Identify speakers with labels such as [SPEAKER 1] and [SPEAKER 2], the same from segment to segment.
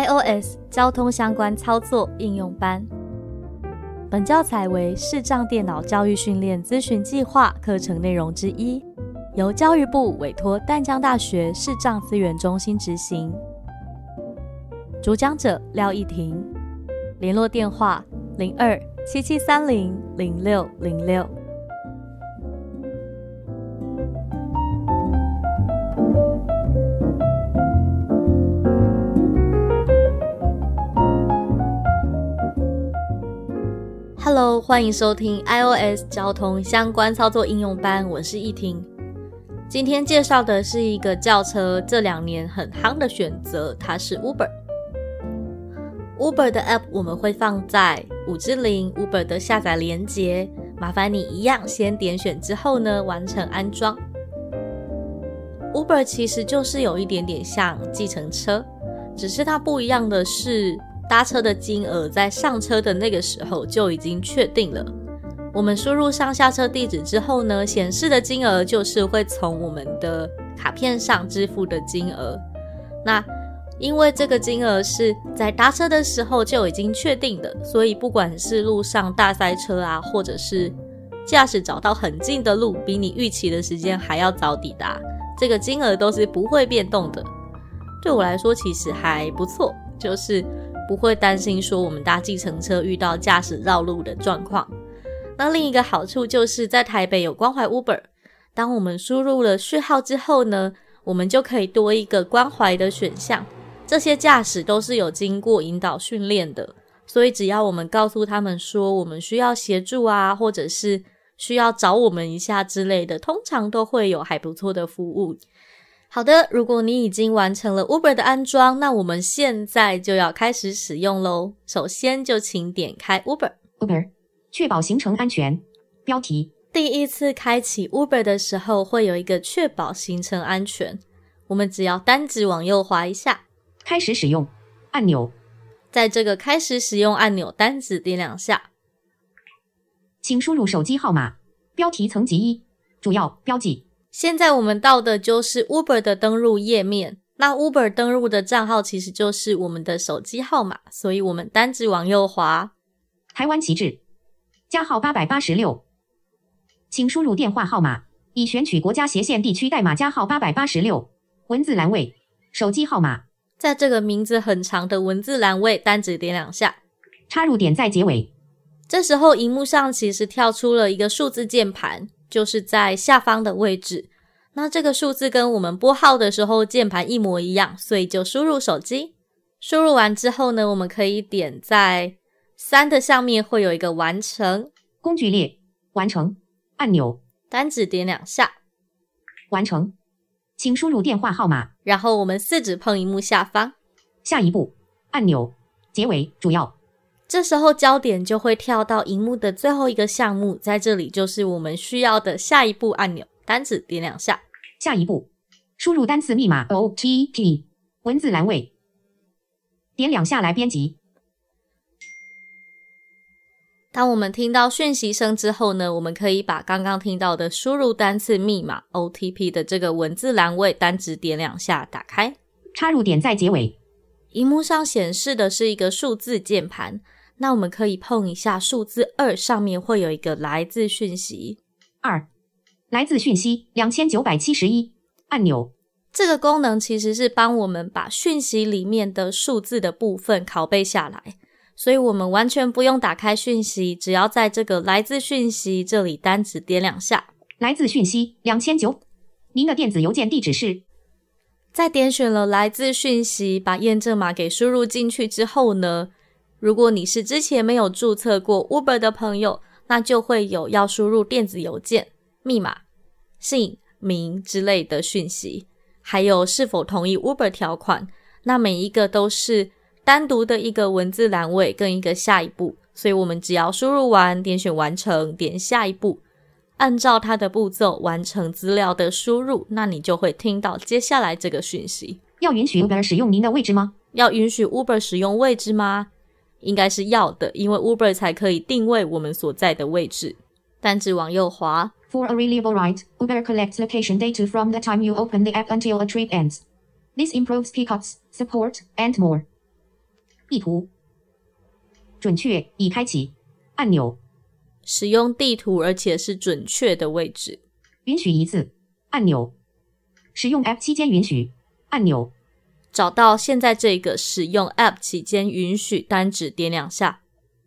[SPEAKER 1] iOS 交通相关操作应用班。本教材为视障电脑教育训练咨询计划课程内容之一，由教育部委托淡江大学视障资源中心执行。主讲者廖逸婷，联络电话02-7730-0606。Hello， 欢迎收听 iOS 交通相关操作应用班，我是逸婷。今天介绍的是一个轿车这2年很夯的选择，它是 Uber。Uber 的 App 我们会放在5之0 Uber 的下载连结，麻烦你一样先点选之后呢，完成安装。Uber 其实就是有一点点像计程车，只是它不一样的是搭车的金额在上车的那个时候就已经确定了。我们输入上下车地址之后呢，显示的金额就是会从我们的卡片上支付的金额。那因为这个金额是在搭车的时候就已经确定的，所以不管是路上大塞车啊，或者是驾驶找到很近的路，比你预期的时间还要早抵达，这个金额都是不会变动的。对我来说其实还不错，就是不会担心说我们搭计程车遇到驾驶绕路的状况。那另一个好处就是在台北有关怀 Uber， 当我们输入了序号之后呢，我们就可以多一个关怀的选项。这些驾驶都是有经过引导训练的，所以只要我们告诉他们说我们需要协助啊，或者是需要找我们一下之类的，通常都会有还不错的服务。好的，如果你已经完成了 Uber 的安装，那我们现在就要开始使用咯。首先就请点开 Uber，
[SPEAKER 2] 确保行程安全。标题：
[SPEAKER 1] 第一次开启 Uber 的时候会有一个确保行程安全，我们只要单指往右滑一下，
[SPEAKER 2] 开始使用按钮，
[SPEAKER 1] 在这个开始使用按钮单指点2下，
[SPEAKER 2] 请输入手机号码。标题层级1，主要标记。
[SPEAKER 1] 现在我们到的就是 Uber 的登入页面，那 Uber 登入的账号其实就是我们的手机号码，所以我们单指往右滑，
[SPEAKER 2] 台湾旗帜加号886，请输入电话号码，已选取国家斜线地区代码加号886，文字栏位手机号码，
[SPEAKER 1] 在这个名字很长的文字栏位单指点2下，
[SPEAKER 2] 插入点在结尾。
[SPEAKER 1] 这时候萤幕上其实跳出了一个数字键盘，就是在下方的位置，那这个数字跟我们拨号的时候键盘一模一样，所以就输入手机。输入完之后呢，我们可以点在3的上面会有一个完成
[SPEAKER 2] 工具列完成按钮，
[SPEAKER 1] 单指点2下，
[SPEAKER 2] 完成，请输入电话号码，
[SPEAKER 1] 然后我们4指碰萤幕下方
[SPEAKER 2] 下一步按钮，结尾主要。
[SPEAKER 1] 这时候焦点就会跳到萤幕的最后一个项目，在这里就是我们需要的下一步按钮，单指点2下，
[SPEAKER 2] 下一步输入单词密码 OTP， 文字栏位点2下来编辑。
[SPEAKER 1] 当我们听到讯息声之后呢，我们可以把刚刚听到的输入单词密码 OTP 的这个文字栏位单指点2下打开，
[SPEAKER 2] 插入点在结尾。
[SPEAKER 1] 萤幕上显示的是一个数字键盘，那我们可以碰一下数字2，上面会有一个来自讯息
[SPEAKER 2] 2，来自讯息2971按钮。
[SPEAKER 1] 这个功能其实是帮我们把讯息里面的数字的部分拷贝下来，所以我们完全不用打开讯息，只要在这个来自讯息这里单指点2下，
[SPEAKER 2] 来自讯息2009，您的电子邮件地址是。
[SPEAKER 1] 在点选了来自讯息，把验证码给输入进去之后呢，如果你是之前没有注册过 Uber 的朋友，那就会有要输入电子邮件、密码、姓名之类的讯息，还有是否同意 Uber 条款，那每一个都是单独的一个文字栏位跟一个下一步，所以我们只要输入完，点选完成，点下一步，按照它的步骤完成资料的输入，那你就会听到接下来这个讯息。
[SPEAKER 2] 要允许 Uber 使用您的位置吗？
[SPEAKER 1] 要允许 Uber 使用位置吗？应该是要的，因为 Uber 才可以定位我们所在的位置。单指往右滑。
[SPEAKER 2] For a reliable ride, Uber collects location data from the time you open the app until a trip ends. This improves pickups, support, and more. 地图。准确已开启按钮。
[SPEAKER 1] 使用地图，而且是准确的位置。
[SPEAKER 2] 允许一次按钮。使用 App 期间允许按钮。
[SPEAKER 1] 找到现在这个使用 App 期间允许，单指点2下。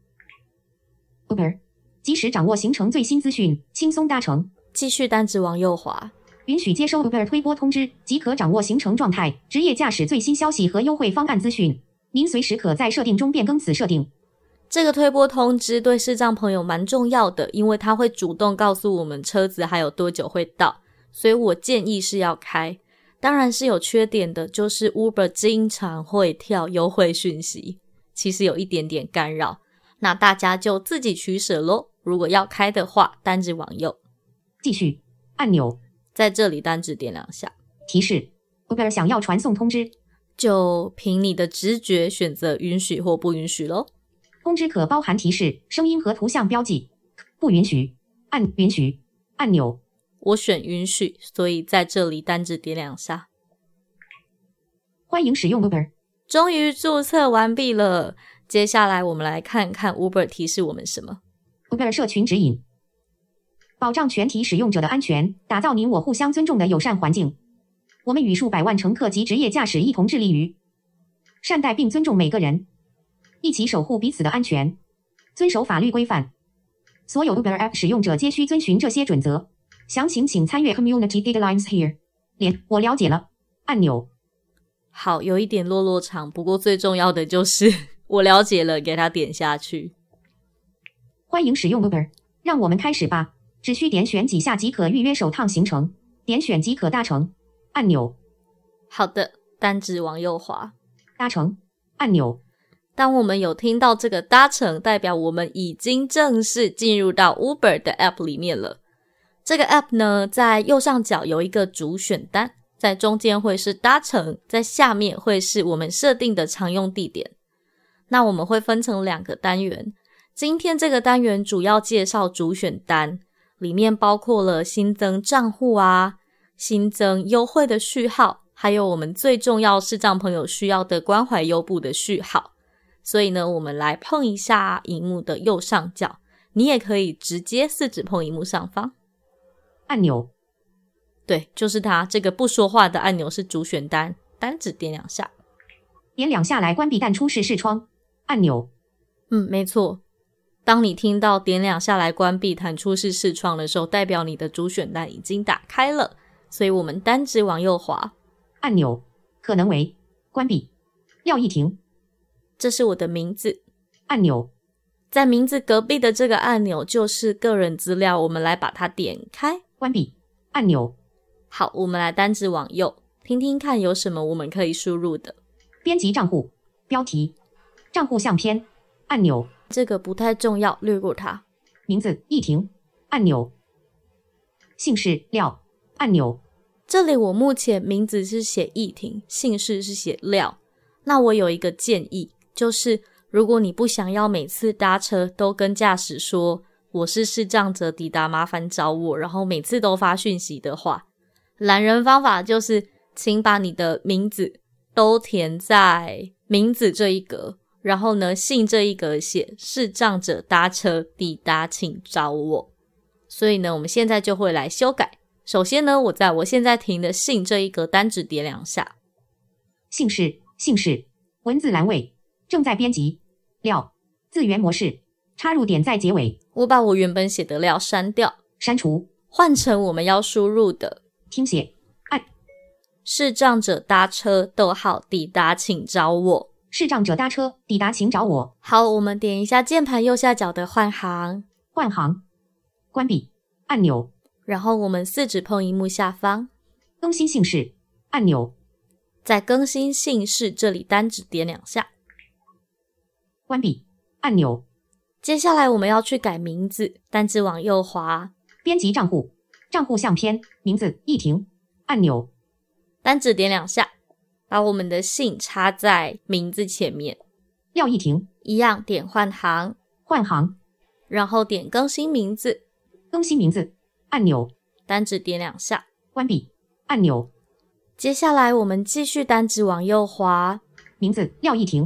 [SPEAKER 2] Uber 及时掌握行程最新资讯，轻松搭乘。
[SPEAKER 1] 继续单指往右滑。
[SPEAKER 2] 允许接收 Uber 推播通知，即可掌握行程状态、职业驾驶最新消息和优惠方案资讯。您随时可在设定中变更此设定。
[SPEAKER 1] 这个推播通知对视障朋友蛮重要的，因为它会主动告诉我们车子还有多久会到，所以我建议是要开。当然是有缺点的，就是 Uber 经常会跳优惠讯息，其实有一点点干扰，那大家就自己取舍咯。如果要开的话，单指往右。
[SPEAKER 2] 继续按钮。
[SPEAKER 1] 在这里单指点2下。
[SPEAKER 2] 提示 Uber 想要传送通知，
[SPEAKER 1] 就凭你的直觉选择允许或不允许咯。
[SPEAKER 2] 通知可包含提示、声音和图像标记。不允许按允许按钮。
[SPEAKER 1] 我选允许，所以在这里单指点2下。
[SPEAKER 2] 欢迎使用 Uber。
[SPEAKER 1] 终于注册完毕了，接下来我们来看看 Uber 提示我们什么。
[SPEAKER 2] Uber 社群指引。保障全体使用者的安全，打造你我互相尊重的友善环境。我们与数百万乘客及职业驾驶一同致力于善待并尊重每个人，一起守护彼此的安全，遵守法律规范。所有 Uber App 使用者皆需遵循这些准则。详情请参阅 Community Guidelines here。我了解了按钮。
[SPEAKER 1] 好，有一点落长，不过最重要的就是我了解了，给它点下去。
[SPEAKER 2] 欢迎使用 Uber， 让我们开始吧。只需点选几下即可预约首趟行程，点选即可搭乘按钮。
[SPEAKER 1] 好的，单指往右滑。
[SPEAKER 2] 搭乘按钮。
[SPEAKER 1] 当我们有听到这个搭乘，代表我们已经正式进入到 Uber 的 App 里面了。这个 App 呢，在右上角有一个主选单，在中间会是搭乘，在下面会是我们设定的常用地点。那我们会分成2个单元。今天这个单元主要介绍主选单，里面包括了新增账户啊，新增优惠的序号，还有我们最重要视障朋友需要的关怀优步的序号。所以呢，我们来碰一下萤幕的右上角，你也可以直接4指碰萤幕上方
[SPEAKER 2] 按钮。
[SPEAKER 1] 对，就是它，这个不说话的按钮是主选单，单指点2下。
[SPEAKER 2] 点2下来关闭淡出式视窗按钮。
[SPEAKER 1] 没错。当你听到点2下来关闭弹出式视窗的时候，代表你的主选单已经打开了，所以我们单指往右滑。
[SPEAKER 2] 按钮可能为关闭廖一婷。
[SPEAKER 1] 这是我的名字。
[SPEAKER 2] 按钮。
[SPEAKER 1] 在名字隔壁的这个按钮就是个人资料，我们来把它点开。
[SPEAKER 2] 关闭按钮。
[SPEAKER 1] 好，我们来单指往右，听听看有什么我们可以输入的。
[SPEAKER 2] 编辑账户标题账户相片按钮。
[SPEAKER 1] 这个不太重要，略过它。
[SPEAKER 2] 名字一婷按钮。姓氏廖按钮。
[SPEAKER 1] 这里我目前名字是写一婷，姓氏是写廖。那我有一个建议，就是如果你不想要每次搭车都跟驾驶说我是视障者抵达麻烦找我，然后每次都发讯息的话，懒人方法就是请把你的名字都填在名字这一格，然后呢姓这一格写视障者搭车抵达请找我。所以呢我们现在就会来修改。首先呢，我在我现在停的姓这一格单指点2下。
[SPEAKER 2] 姓氏文字栏位正在编辑廖字源模式插入点在结尾。我
[SPEAKER 1] 把我原本写的廖删掉，
[SPEAKER 2] 删除，
[SPEAKER 1] 换成我们要输入的
[SPEAKER 2] 听写按
[SPEAKER 1] 视障者搭车抵达请找我。
[SPEAKER 2] 视障者搭车抵达请找我。
[SPEAKER 1] 好，我们点一下键盘右下角的换行。
[SPEAKER 2] 换行关闭按钮。
[SPEAKER 1] 然后我们4指碰萤幕下方
[SPEAKER 2] 更新姓氏按钮。
[SPEAKER 1] 在更新姓氏这里单指点2下。
[SPEAKER 2] 关闭按钮。
[SPEAKER 1] 接下来我们要去改名字，单指往右滑。
[SPEAKER 2] 编辑账户账户相片名字一婷按钮。
[SPEAKER 1] 单指点2下，把我们的姓插在名字前面。
[SPEAKER 2] 廖一婷
[SPEAKER 1] 一样点换行。
[SPEAKER 2] 换行，
[SPEAKER 1] 然后点更新名字。
[SPEAKER 2] 更新名字按钮。
[SPEAKER 1] 单指点2下。
[SPEAKER 2] 关闭按钮。
[SPEAKER 1] 接下来我们继续单指往右滑。
[SPEAKER 2] 名字廖一婷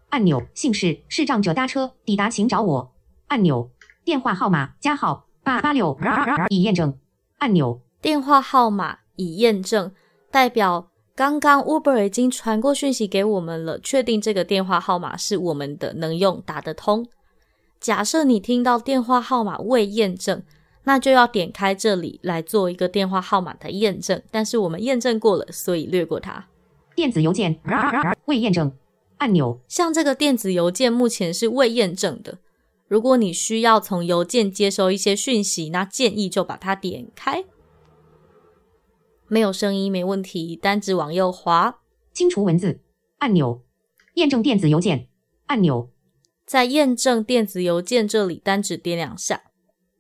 [SPEAKER 2] 按钮，姓氏，视障者搭车，抵达请找我。按钮，电话号码，加号886已验证。按钮，
[SPEAKER 1] 电话号码已验证，代表刚刚 Uber 已经传过讯息给我们了，确定这个电话号码是我们的，能用，打得通。假设你听到电话号码未验证，那就要点开这里来做一个电话号码的验证，但是我们验证过了，所以略过它。
[SPEAKER 2] 电子邮件未验证。按钮，
[SPEAKER 1] 像这个电子邮件目前是未验证的，如果你需要从邮件接收一些讯息，那建议就把它点开。没有声音没问题，单指往右滑，
[SPEAKER 2] 清除文字。按钮，验证电子邮件。按钮，
[SPEAKER 1] 在验证电子邮件这里单指点2下。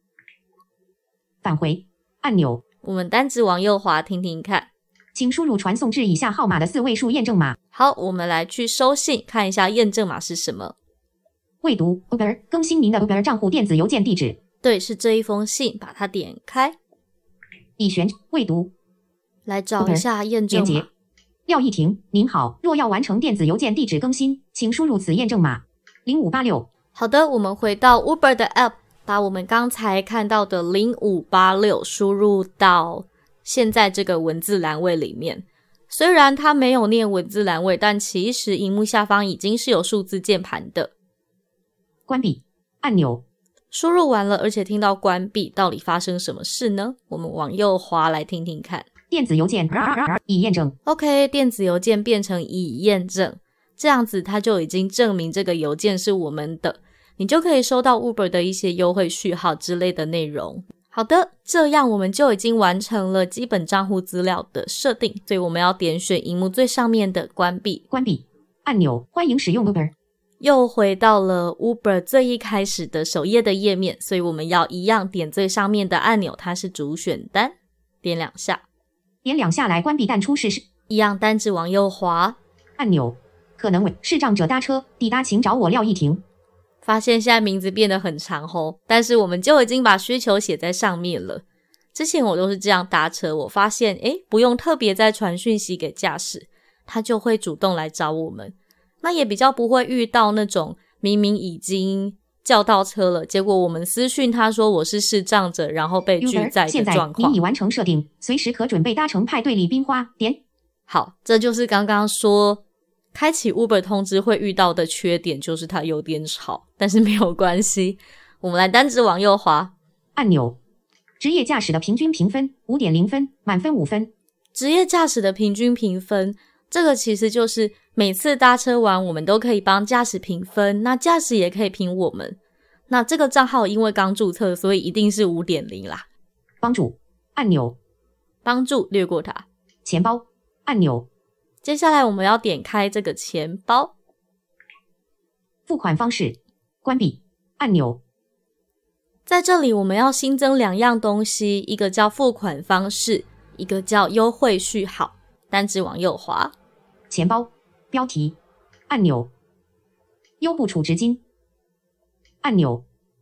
[SPEAKER 2] 返回。按钮，
[SPEAKER 1] 我们单指往右滑听听看。
[SPEAKER 2] 请输入传送至以下号码的4位数验证码。
[SPEAKER 1] 好，我们来去收信，看一下验证码是什么。
[SPEAKER 2] 未读 Uber 更新您的 Uber 账户电子邮件地址。
[SPEAKER 1] 对，是这一封信，把它点开。
[SPEAKER 2] 已选未读。
[SPEAKER 1] 来找一下验证码。
[SPEAKER 2] 廖一婷，您好，若要完成电子邮件地址更新，请输入此验证码0586。
[SPEAKER 1] 好的，我们回到 Uber 的 App， 把我们刚才看到的0586输入到现在这个文字栏位里面。虽然它没有念文字栏位，但其实萤幕下方已经是有数字键盘的。
[SPEAKER 2] 关闭。按钮，
[SPEAKER 1] 输入完了，而且听到关闭，到底发生什么事呢？我们往右滑来听听看。
[SPEAKER 2] 电子邮件已验证。
[SPEAKER 1] OK， 电子邮件变成已验证，这样子它就已经证明这个邮件是我们的，你就可以收到 Uber 的一些优惠序号之类的内容。好的，这样我们就已经完成了基本账户资料的设定，所以我们要点选萤幕最上面的关闭。
[SPEAKER 2] 关闭。按钮，欢迎使用 Uber。
[SPEAKER 1] 又回到了 Uber 最一开始的首页的页面，所以我们要一样点最上面的按钮，它是主选单，点2下。
[SPEAKER 2] 点2下来关闭淡出试试。
[SPEAKER 1] 一样单指往右滑。
[SPEAKER 2] 按钮，可能为视障者搭车，抵达请找我廖一婷。
[SPEAKER 1] 发现现在名字变得很长吼，但是我们就已经把需求写在上面了。之前我都是这样搭车，我发现不用特别再传讯息给驾驶，他就会主动来找我们。那也比较不会遇到那种明明已经叫到车了，结果我们私讯他说我是视障者，然后被拒载的状况。
[SPEAKER 2] 现在您已完成设定，随时可准备搭乘派对礼宾花。点。
[SPEAKER 1] 好，这就是刚刚说开启 Uber 通知会遇到的缺点，就是它有点吵，但是没有关系。我们来单指往右滑。
[SPEAKER 2] 按钮，职业驾驶的平均评分 5.0 分，满分5分。
[SPEAKER 1] 职业驾驶的平均评分，这个其实就是每次搭车完我们都可以帮驾驶评分，那驾驶也可以评我们。那这个账号因为刚注册，所以一定是 5.0 啦。
[SPEAKER 2] 帮助。按钮，
[SPEAKER 1] 帮助略过它。
[SPEAKER 2] 钱包。按钮，
[SPEAKER 1] 接下来我们要点开这个钱包。
[SPEAKER 2] 付款方式。关闭。按钮，
[SPEAKER 1] 在这里我们要新增2样东西，一个叫付款方式，一个叫优惠序号。单指往右滑。
[SPEAKER 2] 钱包。标题。按钮，优步储值金。按钮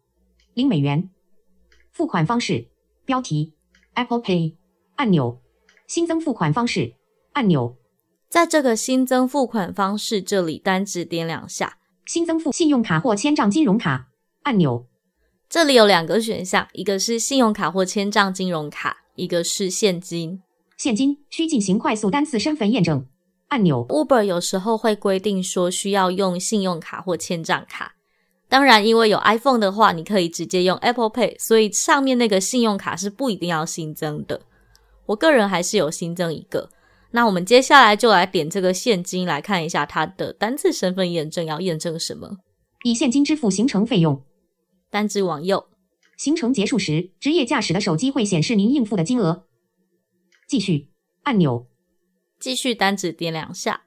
[SPEAKER 2] ，0美元。付款方式。标题 Apple Pay。按钮，新增付款方式。按钮，
[SPEAKER 1] 在这个新增付款方式这里单指点2下。
[SPEAKER 2] 新增付信用卡或千账金融卡。按钮，
[SPEAKER 1] 这里有2个选项，一个是信用卡或千账金融卡，一个是现金。
[SPEAKER 2] 现金需进行快速单次身份验证。按钮，
[SPEAKER 1] Uber 有时候会规定说需要用信用卡或千账卡，当然因为有 iPhone 的话你可以直接用 Apple Pay， 所以上面那个信用卡是不一定要新增的。我个人还是有新增一个。那我们接下来就来点这个现金，来看一下它的单次身份验证要验证什么。
[SPEAKER 2] 以现金支付行程费用。
[SPEAKER 1] 单指往右。
[SPEAKER 2] 行程结束时，职业驾驶的手机会显示您应付的金额。继续。按钮，
[SPEAKER 1] 继续单指点2下。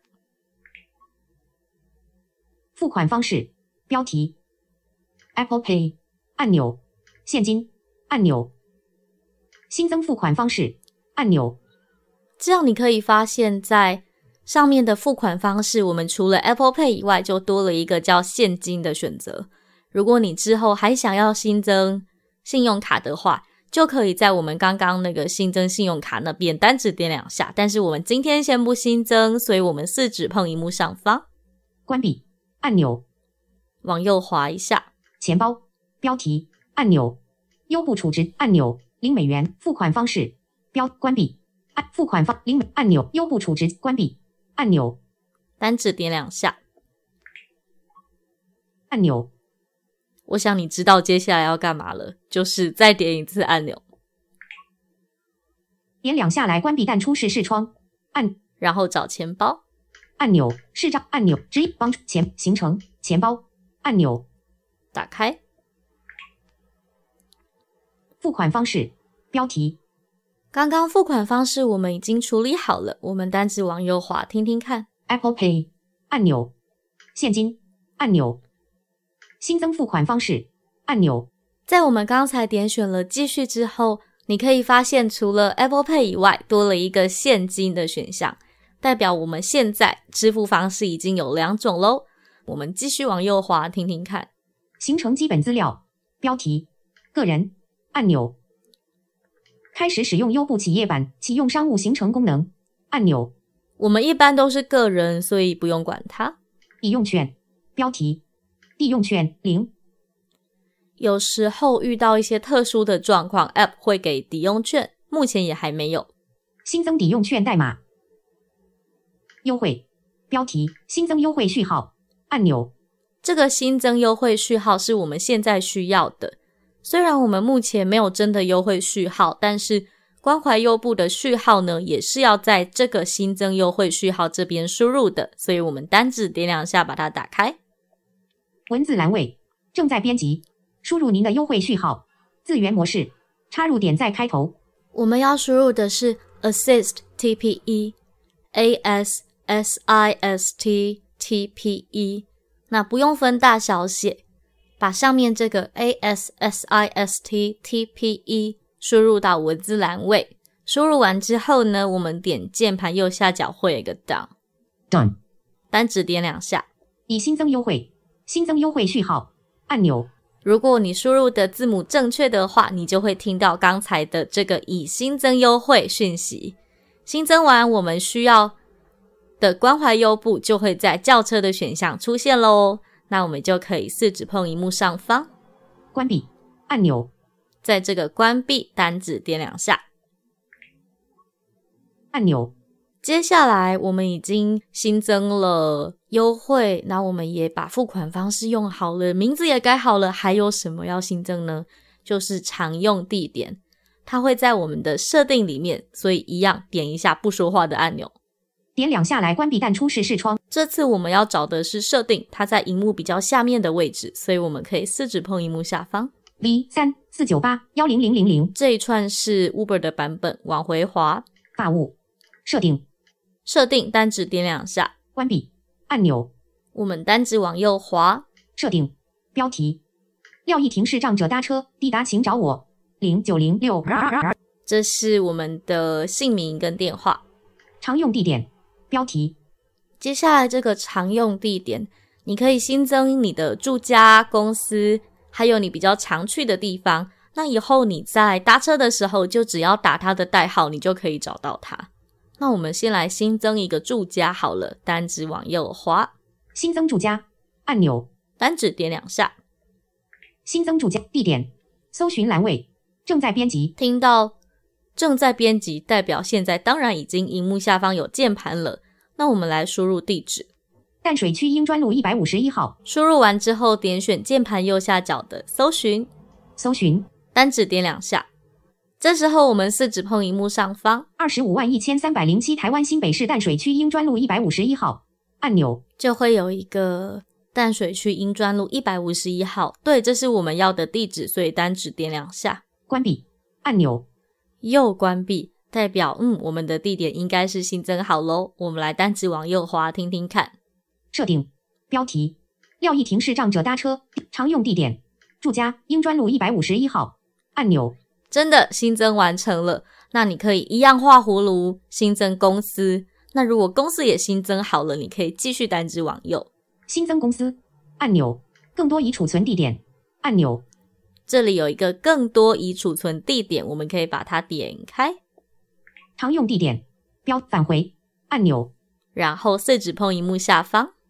[SPEAKER 2] 付款方式。标题 Apple Pay。按钮，现金。按钮，新增付款方式。按钮。
[SPEAKER 1] 这样你可以发现在上面的付款方式，我们除了 Apple Pay 以外，就多了一个叫现金的选择。如果你之后还想要新增信用卡的话，就可以在我们刚刚那个新增信用卡那边单指点2下，但是我们今天先不新增，所以我们4指碰萤幕上方。
[SPEAKER 2] 关闭。 按钮，
[SPEAKER 1] 往右滑一下，
[SPEAKER 2] 钱包，标题，按钮，优步储值，按钮，$0，付款方式，关闭，付款方0按钮，优步储值，关闭，按钮，
[SPEAKER 1] 单指点2下，
[SPEAKER 2] 按钮。
[SPEAKER 1] 我想你知道接下来要干嘛了，就是再点一次按钮，
[SPEAKER 2] 点2下来关闭淡出式视窗，
[SPEAKER 1] 然后找钱包，
[SPEAKER 2] 按钮，视障按钮，指引帮助行程，钱包，按钮，
[SPEAKER 1] 打开，
[SPEAKER 2] 付款方式，标题。
[SPEAKER 1] 刚刚付款方式我们已经处理好了，我们单指往右滑听听看。
[SPEAKER 2] Apple Pay 按钮，现金按钮，新增付款方式按钮。
[SPEAKER 1] 在我们刚才点选了继续之后，你可以发现除了 Apple Pay 以外，多了一个现金的选项，代表我们现在支付方式已经有2种咯。我们继续往右滑听听看。
[SPEAKER 2] 形成基本资料，标题，个人按钮，开始使用优步企业版启用商务行程功能按钮。
[SPEAKER 1] 我们一般都是个人，所以不用管它。
[SPEAKER 2] 抵用券，标题，抵用券0。
[SPEAKER 1] 有时候遇到一些特殊的状况 App 会给抵用券，目前也还没有。
[SPEAKER 2] 新增抵用券代码，优惠，标题，新增优惠序号按钮。
[SPEAKER 1] 这个新增优惠序号是我们现在需要的，虽然我们目前没有真的优惠序号，但是关怀优步的序号呢，也是要在这个新增优惠序号这边输入的，所以我们单指点2下把它打开。
[SPEAKER 2] 文字栏位，正在编辑，输入您的优惠序号，字元模式，插入点在开头。
[SPEAKER 1] 我们要输入的是 assist TPE ASSIST TPE， 那不用分大小写，把上面这个 ASSIST TPE 输入到文字栏位。输入完之后呢，我们点键盘右下角会有一个 Done， 单指点2下。
[SPEAKER 2] 已新增优惠，新增优惠序号按钮。
[SPEAKER 1] 如果你输入的字母正确的话，你就会听到刚才的这个已新增优惠讯息。新增完我们需要的关怀优步就会在轿车的选项出现咯。那我们就可以4指碰萤幕上方，
[SPEAKER 2] 关闭按钮，
[SPEAKER 1] 在这个关闭单指点2下，
[SPEAKER 2] 按钮。
[SPEAKER 1] 接下来我们已经新增了优惠，那我们也把付款方式用好了，名字也改好了，还有什么要新增呢？就是常用地点，它会在我们的设定里面，所以一样点一下不说话的按钮，
[SPEAKER 2] 点2下来关闭淡出式视窗。
[SPEAKER 1] 这次我们要找的是设定，它在萤幕比较下面的位置，所以我们可以4指碰萤幕下方
[SPEAKER 2] V3498-10000。
[SPEAKER 1] 这一串是 Uber 的版本，往回滑，
[SPEAKER 2] 法务设定，
[SPEAKER 1] 设定单指点2下，
[SPEAKER 2] 关闭按钮。
[SPEAKER 1] 我们单指往右滑，
[SPEAKER 2] 设定，标题，廖一婷视障者搭车抵达请找我0906。
[SPEAKER 1] 这是我们的姓名跟电话。
[SPEAKER 2] 常用地点，标题。
[SPEAKER 1] 接下来这个常用地点，你可以新增你的住家、公司，还有你比较常去的地方。那以后你在搭车的时候，就只要打它的代号，你就可以找到它。那我们先来新增一个住家好了，单指往右滑，
[SPEAKER 2] 新增住家按钮，
[SPEAKER 1] 单指点2下，
[SPEAKER 2] 新增住家地点，搜寻栏位，正在编辑。
[SPEAKER 1] 听到正在编辑，代表现在当然已经萤幕下方有键盘了。那我们来输入地址，
[SPEAKER 2] 淡水区英专路151号。
[SPEAKER 1] 输入完之后，点选键盘右下角的搜寻，
[SPEAKER 2] 搜寻，
[SPEAKER 1] 单指点2下。这时候我们4指碰萤幕上方
[SPEAKER 2] 251307台湾新北市淡水区英专路151号按钮，
[SPEAKER 1] 就会有一个淡水区英专路151号。对，这是我们要的地址，所以单指点2下，
[SPEAKER 2] 关闭按钮，
[SPEAKER 1] 又关闭，代表我们的地点应该是新增好咯。我们来单指往右滑听听看。
[SPEAKER 2] 设定，标题，廖一婷视障者搭车常用地点，住家英专路151号按钮。
[SPEAKER 1] 真的新增完成了，那你可以一样画葫芦新增公司。那如果公司也新增好了，你可以继续单指往右，
[SPEAKER 2] 新增公司按钮，更多已储存地点按钮。
[SPEAKER 1] 这里有一个更多已储存地点，我们可以把它点开，
[SPEAKER 2] 常用地点，返回按钮，
[SPEAKER 1] 然后4指碰萤幕下方，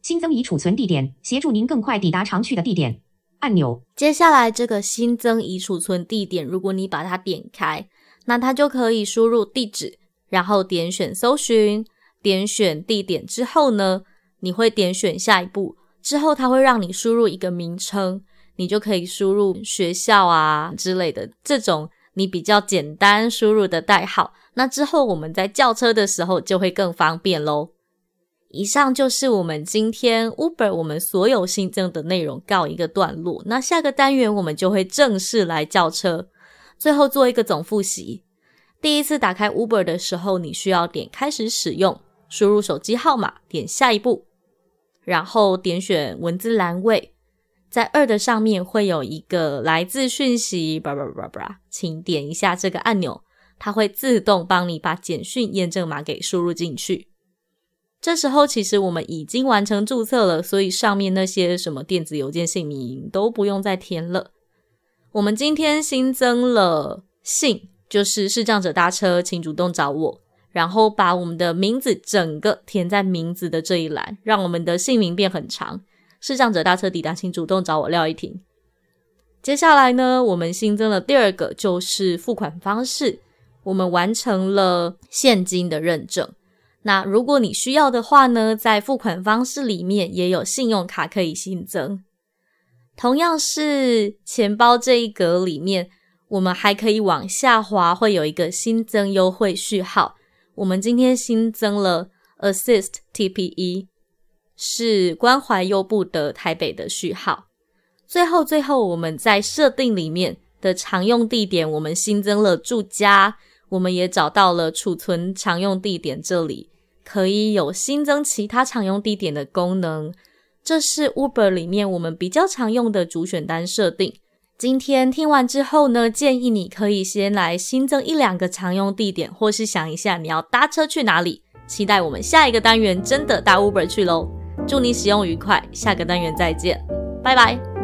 [SPEAKER 2] 新增已储存地点，协助您更快抵达常去的地点。按钮。
[SPEAKER 1] 接下来这个新增已储存地点，如果你把它点开，那它就可以输入地址，然后点选搜寻，点选地点之后呢，你会点选下一步，之后它会让你输入一个名称，你就可以输入学校啊之类的这种你比较简单输入的代号，那之后我们在叫车的时候就会更方便咯。以上就是我们今天 Uber 我们所有新增的内容告一个段落，那下个单元我们就会正式来叫车。最后做一个总复习，第一次打开 Uber 的时候，你需要点开始使用，输入手机号码，点下一步，然后点选文字栏位，在2的上面会有一个来自讯息请点一下这个按钮，它会自动帮你把简讯验证码给输入进去。这时候其实我们已经完成注册了，所以上面那些什么电子邮件姓名都不用再填了。我们今天新增了姓，就是视障者搭车请主动找我，然后把我们的名字整个填在名字的这一栏，让我们的姓名变很长，视障者搭车抵达请主动找我廖一婷。接下来呢，我们新增了第2个，就是付款方式，我们完成了现金的认证。那如果你需要的话呢，在付款方式里面也有信用卡可以新增。同样是钱包这一格里面，我们还可以往下滑，会有一个新增优惠序号。我们今天新增了 Assist TPE， 是关怀优步的台北的序号。最后我们在设定里面的常用地点，我们新增了住家，我们也找到了储存常用地点，这里可以有新增其他常用地点的功能。这是 Uber 里面我们比较常用的主选单设定。今天听完之后呢，建议你可以先来新增1-2个常用地点，或是想一下你要搭车去哪里。期待我们下一个单元真的搭 Uber 去咯。祝你使用愉快，下个单元再见，拜拜。